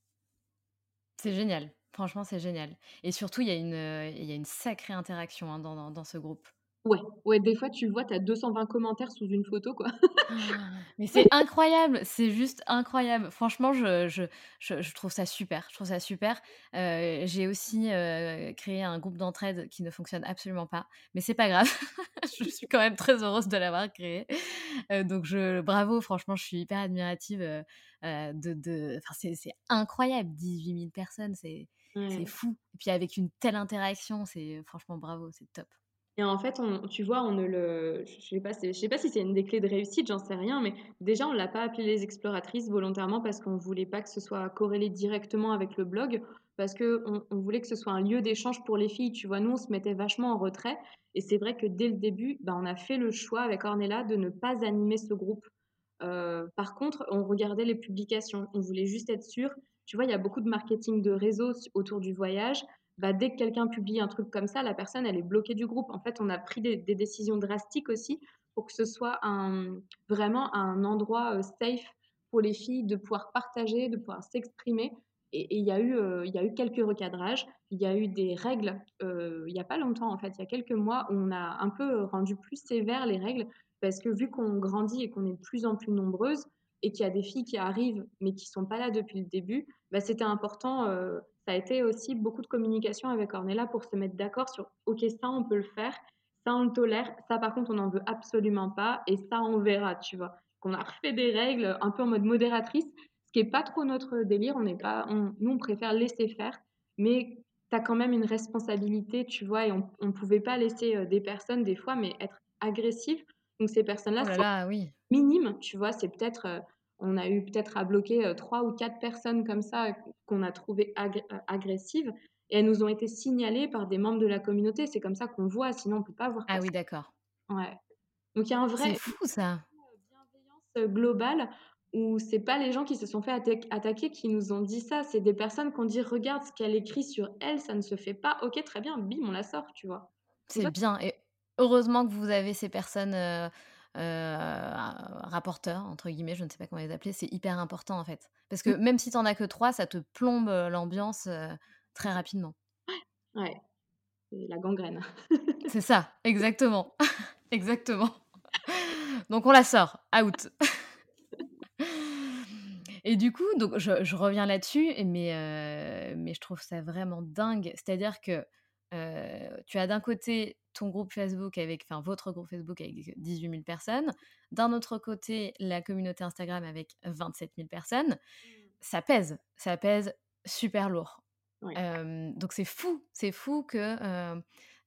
c'est génial. Franchement, c'est génial et surtout, il y a une, heu, il y a une sacrée interaction, hein, dans dans dans ce groupe. ouais, ouais, des fois, tu vois, tu as deux cent vingt commentaires sous une photo, quoi. Mais c'est incroyable, c'est juste incroyable. Franchement, je je je je trouve ça super, je trouve ça super. Heu, j'ai aussi, heu, créé un groupe d'entraide qui ne fonctionne absolument pas, mais c'est pas grave. Je suis quand même très heureuse de l'avoir créé. Heu, donc je bravo, franchement, je suis hyper admirative, heu heu, de de enfin, c'est c'est incroyable, dix-huit mille personnes, c'est c'est Ouais. fou. Et puis avec une telle interaction, c'est franchement bravo, c'est top. Et en fait, on tu vois, on ne le je sais pas c'est je sais pas si c'est une des clés de réussite, j'en sais rien, mais déjà, on l'a pas appelé les exploratrices volontairement parce qu'on voulait pas que ce soit corrélé directement avec le blog, parce qu'on on voulait que ce soit un lieu d'échange pour les filles, tu vois? Nous, on se mettait vachement en retrait et c'est vrai que dès le début, bah, on a fait le choix avec Ornella de ne pas animer ce groupe. Heu, par contre, on regardait les publications. On voulait juste être sûr tu vois, il y a beaucoup de marketing de réseau s autour du voyage. Bah, dès que quelqu'un publie un truc comme ça, la personne, elle est bloquée du groupe. En fait, on a pris des des décisions drastiques aussi pour que ce soit un vraiment un endroit, heu, safe pour les filles de pouvoir partager, de pouvoir s'exprimer et et il y a eu, heu, il y a eu quelques recadrages. Il y a eu des règles, heu, il y a pas longtemps, en fait, il y a quelques mois, où on a un peu, rendu plus sévères les règles parce que vu qu'on grandit et qu'on est de plus en plus nombreuses et qu'il y a des filles qui arrivent, mais qui sont pas là depuis le début, bah, c'était important, heu, ça a été aussi beaucoup de communication avec Ornella pour se mettre d'accord sur: «OK, ça, on peut le faire, ça, on le tolère, ça, par contre, on n'en veut absolument pas et ça, on verra», tu vois? Qu'on a refait des règles, un peu en mode modératrice, ce qui est pas trop notre délire. On n'est pas on nous, on préfère laisser faire, mais tu as quand même une responsabilité, tu vois? Et on on pouvait pas laisser, heu, des personnes, des fois, mais être agressives. Donc ces personnes-là, Oh là c'est là, oui. minime, tu vois? C'est peut-être, heu, on a eu peut-être à bloquer, heu, trois ou quatre personnes comme ça, heu, qu'on a trouvées agré heu, agressives et elles nous ont été signalées par des membres de la communauté. C'est comme ça qu'on voit, sinon on peut pas voir Ah oui, passer. d'accord. Ouais. Donc il y a un C'est vrai fou ça! bienveillance, heu, globale où c'est pas les gens qui se sont fait attaq attaquer qui nous ont dit ça, c'est des personnes qui ont dit: «Regarde ce qu'elle écrit sur elle, ça ne se fait pas. OK, très bien, bim, on la sort», tu vois? Donc C'est ça bien et heureusement que vous avez ces personnes, heu heu, «rapporteurs» entre guillemets, je ne sais pas comment les appeler, c'est hyper important en fait. Parce que mmh, même si tu en as que trois, ça te plombe, heu, l'ambiance, heu, c'est très ça. rapidement. Ouais, c'est la gangrène. C'est ça, exactement, exactement. Donc on la sort, out. Et du coup, donc je je reviens là-dessus et mais heu, mais je trouve ça vraiment dingue. C'est-à-dire que, heu, tu as d'un côté ton groupe Facebook avec enfin votre groupe Facebook avec dix-huit mille personnes, d'un autre côté la communauté Instagram avec vingt-sept mille personnes. Mmh. Ça pèse, ça pèse super lourd. Ouais. Hem, donc c'est fou, c'est fou que, heu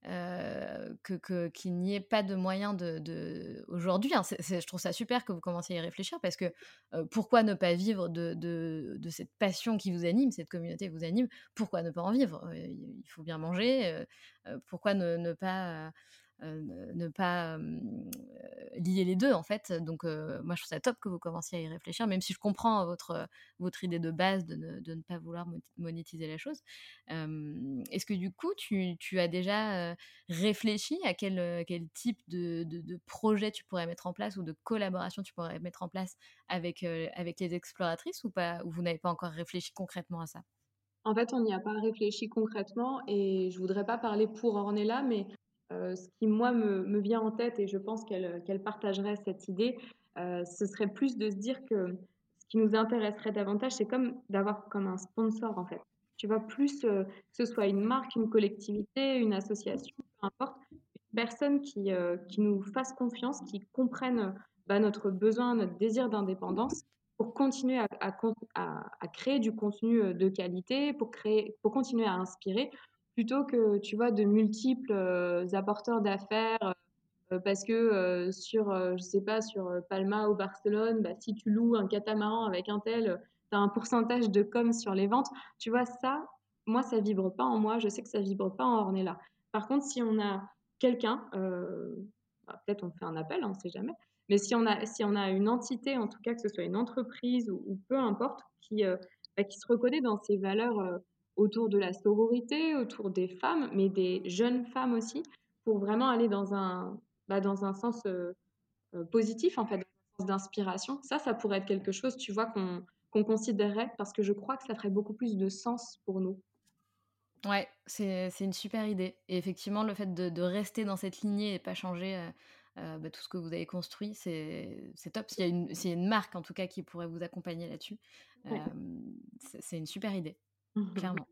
heu, que que qu'il n'y ait pas de moyen de de aujourd'hui, hein, c'est c'est je trouve ça super que vous commenciez à y réfléchir parce que, heu, pourquoi ne pas vivre de de de cette passion qui vous anime, cette communauté vous anime? Pourquoi ne pas en vivre? Heu, il faut bien manger, heu heu, pourquoi ne ne pas, heu heu, ne ne pas, hem, heu, lier les deux en fait? Donc heu, moi je trouve ça top que vous commenciez à y réfléchir, même si je comprends votre, votre idée de base de ne de ne pas vouloir moti monétiser la chose. Hem, est-ce que du coup, tu tu as déjà, heu, réfléchi à quel, heu, quel type de de de projet tu pourrais mettre en place ou de collaboration tu pourrais mettre en place avec, heu, avec les exploratrices ou pas? Ou vous n'avez pas encore réfléchi concrètement à ça? En fait, on n'y a pas réfléchi concrètement et je voudrais pas parler pour Ornella, mais heu, ce qui moi me me vient en tête et je pense qu'elle, heu, qu'elle partagerait cette idée, heu, ce serait plus de se dire que ce qui nous intéresserait davantage, c'est comme d'avoir comme un sponsor, en fait. Tu vois? Plus, heu, que ce soit une marque, une collectivité, une association, peu importe, une personne qui, heu, qui nous fasse confiance, qui comprenne, heu, bah, notre besoin, notre désir d'indépendance pour continuer à à con à à créer du contenu, heu, de qualité, pour créer pour continuer à inspirer, plutôt que, tu vois, de multiples, heu, apporteurs d'affaires, heu, parce que, heu, sur, heu, je sais pas, sur, heu, Palma ou Barcelone, bah, si tu loues un catamaran avec untel, heu, tu as un pourcentage de com sur les ventes. Tu vois, ça, moi, ça vibre pas en moi, je sais que ça vibre pas en Ornella. Par contre, si on a quelqu'un, heu, bah, peut-être on fait un appel, hein, on sait jamais, mais si on a si on a une entité, en tout cas, que ce soit une entreprise ou ou peu importe, qui, heu, bah, qui se reconnaît dans ces valeurs, heu, autour de la sororité, autour des femmes, mais des jeunes femmes aussi, pour vraiment aller dans un bah, dans un sens, heu heu, positif, en fait, dans un sens d'inspiration. Ça, ça pourrait être quelque chose, tu vois, qu'on qu'on considérerait parce que je crois que ça ferait beaucoup plus de sens pour nous. Ouais, c'est c'est une super idée et effectivement, le fait de de rester dans cette lignée et pas changer, heu heu, bah, tout ce que vous avez construit, c'est c'est top. S'il y a une s'il y a une marque, en tout cas, qui pourrait vous accompagner là-dessus, Ouais. hem, c'est c'est une super idée, clairement.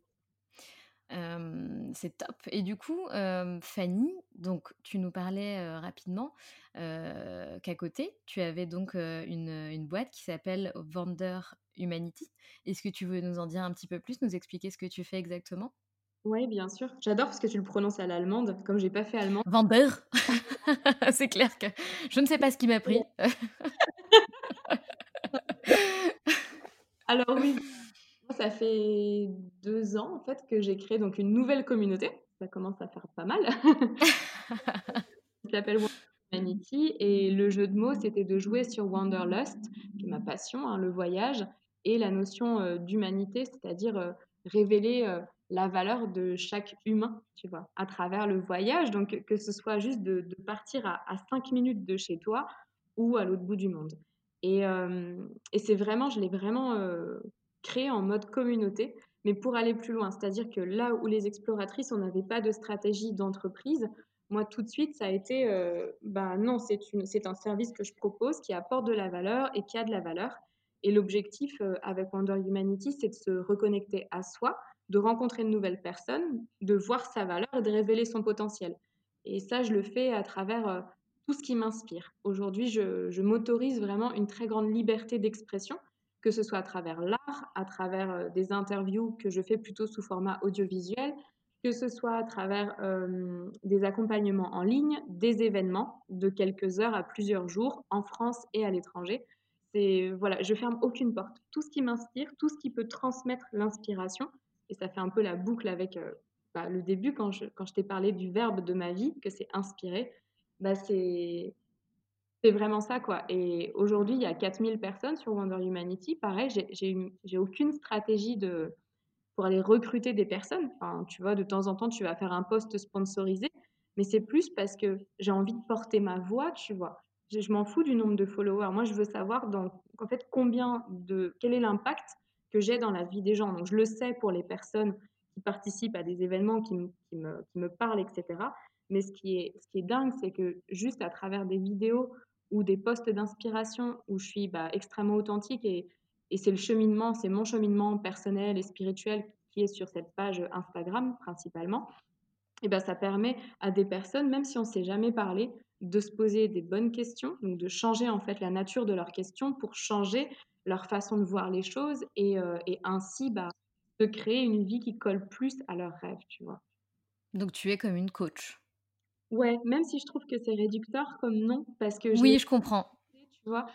Hem, c'est top et du coup, hem, Fanny, donc tu nous parlais, heu, rapidement, heu, qu'à côté, tu avais donc, heu, une, une boîte qui s'appelle Wonder Humanity. Est-ce que tu veux nous en dire un petit peu plus, nous expliquer ce que tu fais exactement? Ouais, bien sûr. J'adore parce que tu le prononces à l'allemande, comme j'ai pas fait allemand. Wonder. C'est clair que je ne sais pas ce qui m'a pris. Alors oui, moi, ça fait deux ans, en fait, que j'ai créé donc une nouvelle communauté. Ça commence à faire pas mal. Qui s'appelle Wonder Humanity et le jeu de mots, c'était de jouer sur Wanderlust, qui est ma passion, hein, le voyage et la notion, heu, d'humanité, c'est-à-dire, heu, révéler, heu, la valeur de chaque humain, tu vois? À travers le voyage, donc que ce soit juste de de partir à à cinq minutes de chez toi ou à l'autre bout du monde et hem et c'est vraiment je l'ai vraiment, heu, créé en mode communauté, mais pour aller plus loin. C'est-à-dire que là où les exploratrices, on n'avait pas de stratégie d'entreprise, moi tout de suite ça a été, heu, bah, non, c'est une c'est un service que je propose qui apporte de la valeur et qui a de la valeur et l'objectif, heu, avec Wonder Humanity, c'est de se reconnecter à soi, de rencontrer de nouvelles personnes, de voir sa valeur et de révéler son potentiel et ça, je le fais à travers, heu, tout ce qui m'inspire. Aujourd'hui, je je m'autorise vraiment une très grande liberté d'expression, que ce soit à travers l'art, à travers, heu, des interviews que je fais plutôt sous format audiovisuel, que ce soit à travers, hem, des accompagnements en ligne, des événements de quelques heures à plusieurs jours en France et à l'étranger. C'est voilà, je ferme aucune porte. Tout ce qui m'inspire, tout ce qui peut transmettre l'inspiration et ça fait un peu la boucle avec, heu, bah, le début quand je quand je t'ai parlé du verbe de ma vie, que c'est inspirer, bah, c'est c'est vraiment ça, quoi et aujourd'hui, il y a quatre mille personnes sur Wonder Humanity. Pareil, j'ai j'ai une j'ai aucune stratégie de pour aller recruter des personnes. Enfin, tu vois, de temps en temps, tu vas faire un post sponsorisé, mais c'est plus parce que j'ai envie de porter ma voix, tu vois? Je je m'en fous du nombre de followers. Moi, je veux savoir dans en fait, combien de quel est l'impact que j'ai dans la vie des gens. Donc je le sais pour les personnes qui participent à des événements qui me qui me qui me parlent et cetera. Mais ce qui est ce qui est dingue, c'est que juste à travers des vidéos ou des posts d'inspiration où je suis, bah, extrêmement authentique et et c'est le cheminement, c'est mon cheminement personnel et spirituel qui est sur cette page Instagram principalement. Et ben, ça permet à des personnes, même si on ne s'est jamais parlé, de se poser des bonnes questions, donc de changer en fait la nature de leurs questions pour changer leur façon de voir les choses et, euh, et ainsi bah, de créer une vie qui colle plus à leurs rêves, tu vois. Donc tu es comme une coach. Ouais, même si je trouve que c'est réducteur comme nom, parce que je l'ai Oui, je comprends. tu vois?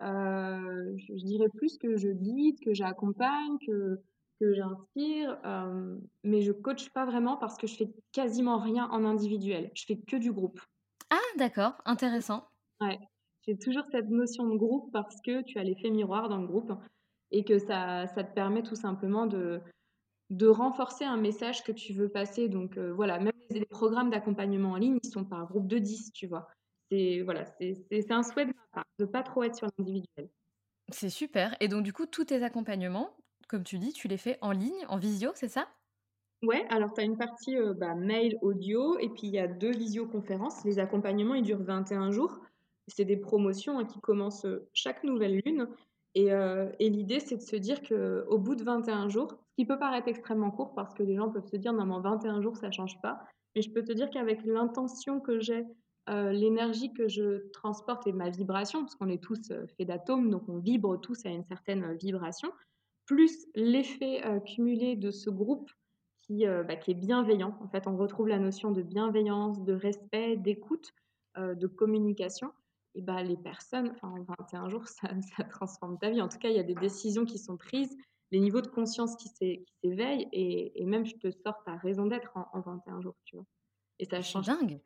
Heu, je je dirais plus que je guide, que j'accompagne, que que j'inspire, hem, mais je coach pas vraiment parce que je fais quasiment rien en individuel. Je fais que du groupe. Ah d'accord, intéressant. Ouais, j'ai toujours cette notion de groupe parce que tu as l'effet miroir dans le groupe et que ça ça te permet tout simplement de de renforcer un message que tu veux passer donc heu, voilà, même les les programmes d'accompagnement en ligne, ils sont par groupe de dix, tu vois? C'est voilà, c'est c'est c'est un souhait de ma part, de pas trop être sur l'individuel. C'est super et donc du coup, tous tes accompagnements, comme tu dis, tu les fais en ligne, en visio, c'est ça? Ouais, alors tu as une partie, heu, bah, mail, audio et puis il y a deux visioconférences. Les accompagnements, ils durent vingt et un jours. C'est des promotions, hein, qui commencent, heu, chaque nouvelle lune et heu et l'idée, c'est de se dire qu'au bout de vingt et un jours, ce qui peut paraître extrêmement court parce que les gens peuvent se dire: «Non, mais en vingt et un jours, ça change pas». Mais je peux te dire qu'avec l'intention que j'ai, heu, l'énergie que je transporte et ma vibration, parce qu'on est tous, heu, faits d'atomes, donc on vibre tous à une certaine, heu, vibration, plus l'effet, heu, cumulé de ce groupe qui, heu, bah, qui est bienveillant. En fait, on retrouve la notion de bienveillance, de respect, d'écoute, heu, de communication et bah, les personnes enfin, en vingt et un jours, ça ça transforme ta vie. En tout cas, il y a des décisions qui sont prises, les niveaux de conscience qui s'é qui s'éveillent et et même je te sors ta raison d'être en en vingt et un jours, tu vois? Et ça Mais c'est change dingue!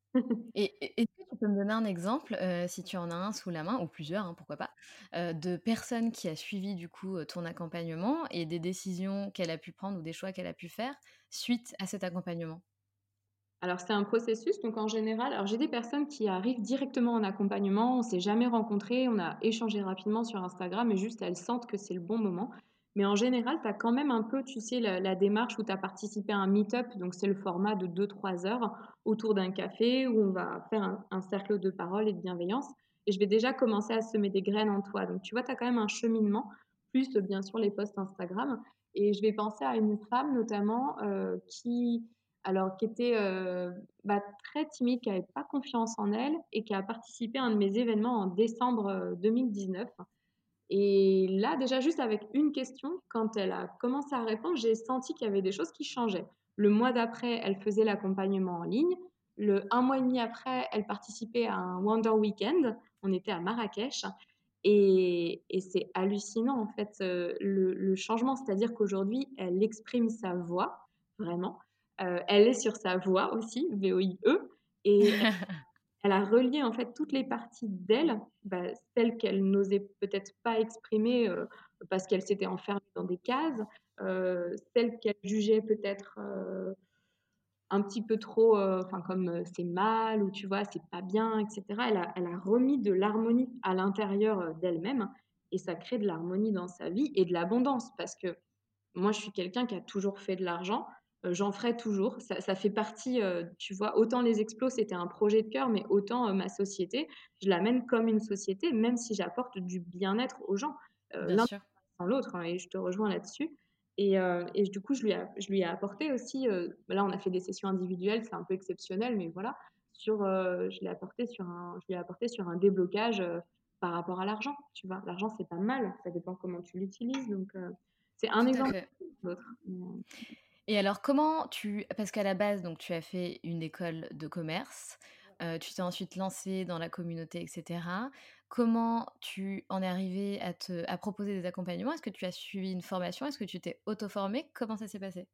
Et et est-ce que tu peux me donner un exemple, heu, si tu en as un sous la main ou plusieurs, hein, pourquoi pas, heu, de personnes qui a suivi du coup, heu, ton accompagnement et des décisions qu'elle a pu prendre ou des choix qu'elle a pu faire suite à cet accompagnement? Alors c'est un processus, donc en général alors j'ai des personnes qui arrivent directement en accompagnement, on s'est jamais rencontrées, on a échangé rapidement sur Instagram et juste elles sentent que c'est le bon moment. Mais en général, tu as quand même un peu, tu sais, la la démarche où tu as participé à un meet-up, donc c'est le format de deux trois heures autour d'un café où on va faire un un cercle de parole et de bienveillance et je vais déjà commencer à semer des graines en toi. Donc tu vois, tu as quand même un cheminement, plus, heu, bien sûr les posts Instagram et je vais penser à une femme notamment, heu, qui alors qui était, heu, bah, très timide, qui avait pas confiance en elle et qui a participé à un de mes événements en décembre, heu, deux mille dix-neuf et là, déjà, juste avec une question, quand elle a commencé à répondre, j'ai senti qu'il y avait des choses qui changeaient. Le mois d'après, elle faisait l'accompagnement en ligne. Le un mois et demi après, elle participait à un Wonder Weekend. On était à Marrakech et et c'est hallucinant, en fait, heu, le le changement. C'est-à-dire qu'aujourd'hui, elle exprime sa voix, vraiment. Heu, elle est sur sa voix aussi, V O I E et elle a relié en fait toutes les parties d'elle, bah, celles qu'elle n'osait peut-être pas exprimer, heu, parce qu'elle s'était enfermée dans des cases, heu, celles qu'elle jugeait peut-être, heu, un petit peu trop, heu, enfin comme, heu, c'est mal ou tu vois, c'est pas bien et cetera. Elle a elle a remis de l'harmonie à l'intérieur, heu, d'elle-même et ça crée de l'harmonie dans sa vie et de l'abondance parce que moi, je suis quelqu'un qui a toujours fait de l'argent, heu, j'en ferai toujours. Ça ça fait partie, heu, tu vois, autant les explos, c'était un projet de cœur, mais autant, heu, ma société, je la mène comme une société, même si j'apporte du bien-être aux gens. Heu, Bien l'un sûr. sans l'autre, hein et je te rejoins là-dessus et heu et du coup, je lui ai je lui ai apporté aussi, heu, là, on a fait des sessions individuelles, c'est un peu exceptionnel, mais voilà, sur, heu, je l'ai apporté sur un je l'ai apporté sur un déblocage, heu, par rapport à l'argent, tu vois? L'argent, c'est pas mal, ça dépend comment tu l'utilises donc heu, c'est un Tout à exemple fait. l'autre. Mmh. Et alors comment tu parce qu'à la base, donc tu as fait une école de commerce, heu, tu t'es ensuite lancée dans la communauté et cetera. Comment tu en es arrivée à te à proposer des accompagnements? Est-ce que tu as suivi une formation? Est-ce que tu t'es auto-formée? Comment ça s'est passé?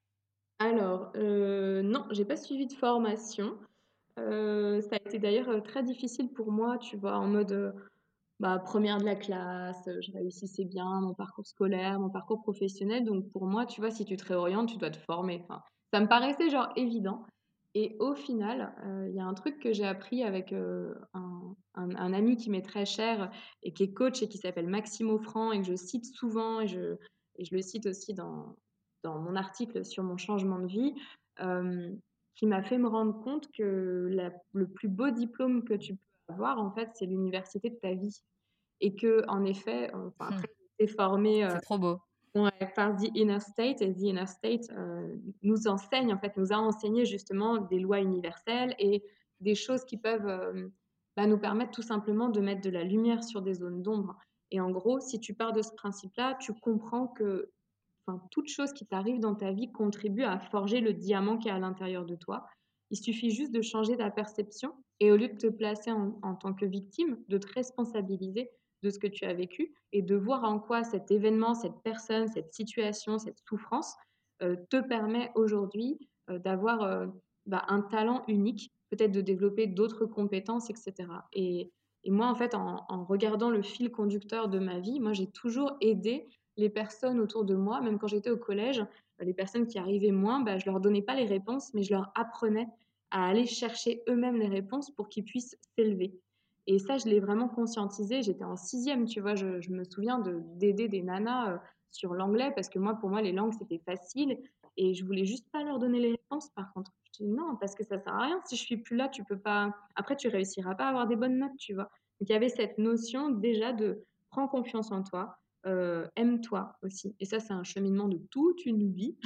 Alors, heu, non, j'ai pas suivi de formation. Heu, ça a été d'ailleurs, heu, très difficile pour moi, tu vois? En mode, heu, bah, première de la classe, heu, je réussissais bien mon parcours scolaire, mon parcours professionnel, donc pour moi, tu vois, si tu te réorientes, tu dois te former. Enfin, ça me paraissait genre évident et au final, heu, il y a un truc que j'ai appris avec, heu, un un un ami qui m'est très cher et qui est coach et qui s'appelle Maxime Offrand et que je cite souvent et je et je le cite aussi dans dans mon article sur mon changement de vie, hem, qui m'a fait me rendre compte que la le plus beau diplôme que tu peux avoir, en fait, c'est l'université de ta vie et qu'en effet, heu, enfin Mmh. après j'ai été formée, heu C'est trop beau. ouais, par The Inner State et The Inner State, heu, nous enseigne, en fait, nous a enseigné justement des lois universelles et des choses qui peuvent, hem, bah, nous permettre tout simplement de mettre de la lumière sur des zones d'ombre et en gros, si tu pars de ce principe-là, tu comprends que enfin, toute chose qui t'arrive dans ta vie contribue à forger le diamant qui est à l'intérieur de toi. Il suffit juste de changer ta perception et au lieu de te placer en, en tant que victime, de te responsabiliser de ce que tu as vécu et de voir en quoi cet événement, cette personne, cette situation, cette souffrance euh, te permet aujourd'hui euh, d'avoir euh, bah, un talent unique, peut-être de développer d'autres compétences, et cetera. Et, et moi, en fait, en, en regardant le fil conducteur de ma vie, moi, j'ai toujours aidé les personnes autour de moi, même quand j'étais au collège, euh, les personnes qui arrivaient moins, bah, je leur donnais pas les réponses, mais je leur apprenais à aller chercher eux-mêmes les réponses pour qu'ils puissent s'élever. Et ça, je l'ai vraiment conscientisé. J'étais en sixième, tu vois, je, je me souviens de d'aider des nanas euh, sur l'anglais parce que moi, pour moi, les langues c'était facile et je voulais juste pas leur donner les réponses. Par contre, je dis non parce que ça sert à rien. Si je suis plus là, tu peux pas. Après, tu réussiras pas à avoir des bonnes notes, tu vois. Donc il y avait cette notion déjà de prends confiance en toi, Heu, aime-toi aussi et ça, c'est un cheminement de toute une vie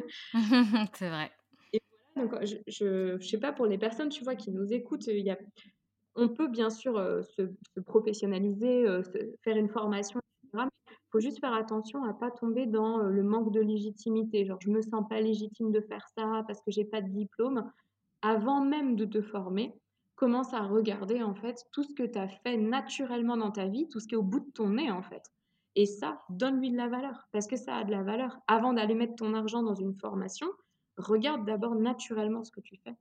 C'est vrai. et voilà donc je je je sais pas pour les personnes, tu vois, qui nous écoutent, il y a on peut bien sûr, heu, se se professionnaliser, heu, se faire une formation et cetera, mais il faut juste faire attention à pas tomber dans, heu, le manque de légitimité. Genre: «Je me sens pas légitime de faire ça parce que j'ai pas de diplôme». Avant même de te former, commence à regarder en fait tout ce que tu as fait naturellement dans ta vie, tout ce qui est au bout de ton nez en fait. Et ça, donne-lui de la valeur parce que ça a de la valeur. Avant d'aller mettre ton argent dans une formation, regarde d'abord naturellement ce que tu fais.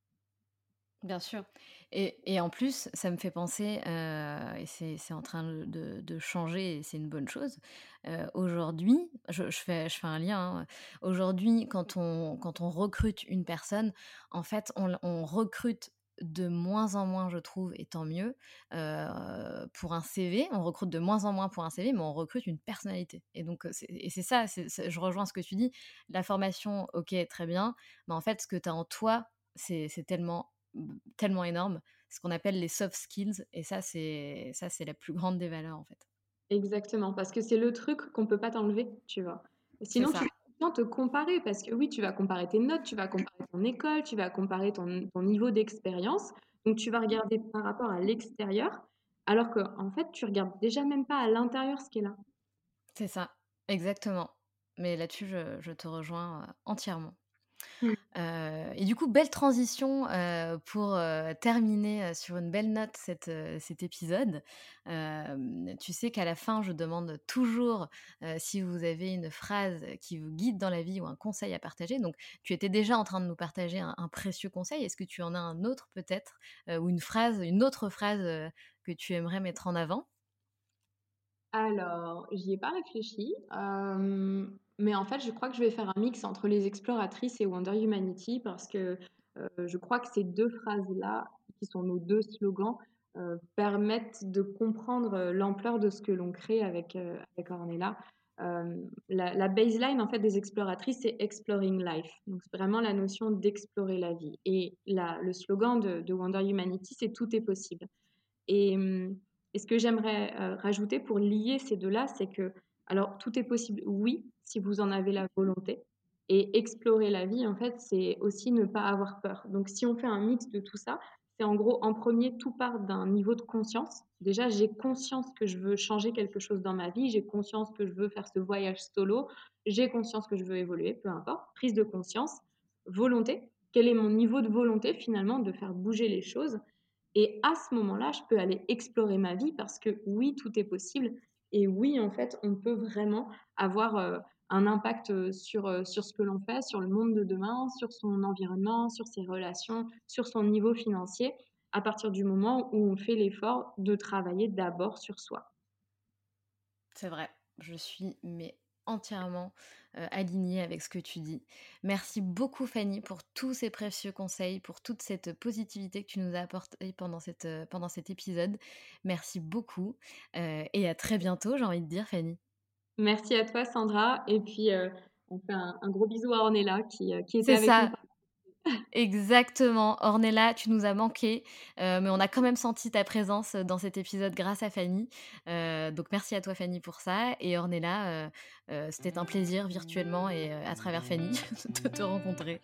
Bien sûr et et en plus, ça me fait penser, heu et c'est c'est en train de de de changer et c'est une bonne chose. Heu, aujourd'hui, je je fais je fais un lien, hein. Aujourd'hui, quand on quand on recrute une personne, en fait, on l on recrute de moins en moins, je trouve et tant mieux, heu, pour un C V. On recrute de moins en moins pour un C V, mais on recrute une personnalité et donc heu, c'est et c'est ça, c'est c'est je rejoins ce que tu dis. La formation, OK, très bien, mais en fait, ce que tu as en toi, c'est c'est tellement Mmh, tellement énorme, ce qu'on appelle les soft skills et ça c'est ça c'est la plus grande des valeurs, en fait. Exactement, parce que c'est le truc qu'on peut pas t'enlever, tu vois? C'est Sinon, tu vas ça, tout le temps te comparer parce que oui, tu vas comparer tes notes, tu vas comparer ton école, tu vas comparer ton ton niveau d'expérience. Donc tu vas regarder par rapport à l'extérieur, alors qu'en fait, tu regardes déjà même pas à l'intérieur ce qui est là. c'est ça, exactement. Mais là-dessus, je je te rejoins, heu, entièrement. Mmh. Heu et du coup, belle transition, heu, pour, heu, terminer, heu, sur une belle note cet, heu, cet épisode. Hem, tu sais qu'à la fin, je demande toujours, heu, si vous avez une phrase qui vous guide dans la vie ou un conseil à partager. Donc tu étais déjà en train de nous partager un un précieux conseil. Est-ce que tu en as un autre peut-être, heu, ou une phrase une autre phrase, heu, que tu aimerais mettre en avant? Alors, j'y ai pas réfléchi, hem, mais en fait, je crois que je vais faire un mix entre Les Exploratrices et Wonder Humanity parce que, heu, je crois que ces deux phrases-là, qui sont nos deux slogans, heu, permettent de comprendre, heu, l'ampleur de ce que l'on crée avec, heu, avec Ornella. Hem, la la baseline, en fait, des Exploratrices, c'est Exploring Life. Donc c'est vraiment la notion d'explorer la vie et la le slogan de de Wonder Humanity, c'est Tout est possible. Et, mmh et ce que j'aimerais, heu, rajouter pour lier ces deux-là, c'est que alors tout est possible, oui, si vous en avez la volonté et explorer la vie, en fait, c'est aussi ne pas avoir peur. Donc si on fait un mix de tout ça, c'est en gros, en premier tout part d'un niveau de conscience. Déjà, j'ai conscience que je veux changer quelque chose dans ma vie, j'ai conscience que je veux faire ce voyage solo, j'ai conscience que je veux évoluer, peu importe. Prise de conscience, volonté. Quel est mon niveau de volonté finalement de faire bouger les choses? Et à ce moment-là, je peux aller explorer ma vie parce que oui, tout est possible et oui, en fait, on peut vraiment avoir, heu, un impact, heu, sur, heu, sur ce que l'on fait, sur le monde de demain, sur son environnement, sur ses relations, sur son niveau financier, à partir du moment où on fait l'effort de travailler d'abord sur soi. C'est vrai, je suis mais entièrement, heu, alignée avec ce que tu dis. Merci beaucoup Fanny pour tous ces précieux conseils, pour toute cette positivité que tu nous as apportée pendant cette, heu, pendant cet épisode. Merci beaucoup, heu, et à très bientôt, j'ai envie de dire Fanny. Merci à toi Sandra et puis, heu, on fait un un gros bisou à Ornella qui, heu, qui était C'est avec nous. ça, exactement. Ornella, tu nous as manqué, heu, mais on a quand même senti ta présence dans cet épisode grâce à Fanny. Heu, donc merci à toi Fanny pour ça et Ornella, heu heu, c'était un plaisir virtuellement et heu, à travers Fanny de te rencontrer.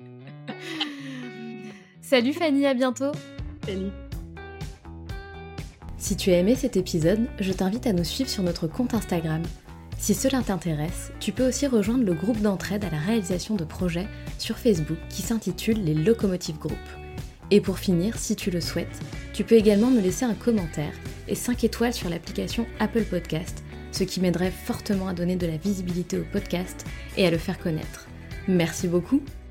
Salut Fanny, à bientôt. Salut. Si tu as aimé cet épisode, je t'invite à nous suivre sur notre compte Instagram. Si cela t'intéresse, tu peux aussi rejoindre le groupe d'entraide à la réalisation de projets sur Facebook qui s'intitule les Locomotive Group. Et pour finir, si tu le souhaites, tu peux également me laisser un commentaire et cinq étoiles sur l'application Apple Podcast, ce qui m'aiderait fortement à donner de la visibilité au podcast et à le faire connaître. Merci beaucoup.